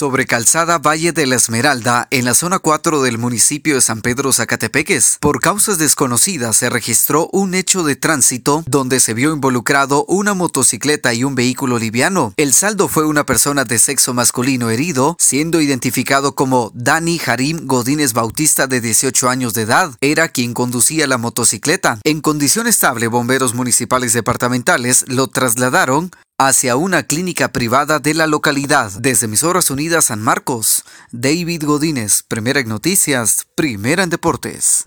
Sobre Calzada Valle de la Esmeralda, en la zona 4 del municipio de San Pedro Zacatepeques, por causas desconocidas se registró un hecho de tránsito donde se vio involucrado una motocicleta y un vehículo liviano. El saldo fue una persona de sexo masculino herido, siendo identificado como Dani Harim Godínez Bautista, de 18 años de edad. Era quien conducía la motocicleta. En condición estable, bomberos municipales departamentales lo trasladaron hacia una clínica privada de la localidad. Desde Emisoras Unidas San Marcos, David Godínez, Primera en Noticias, Primera en Deportes.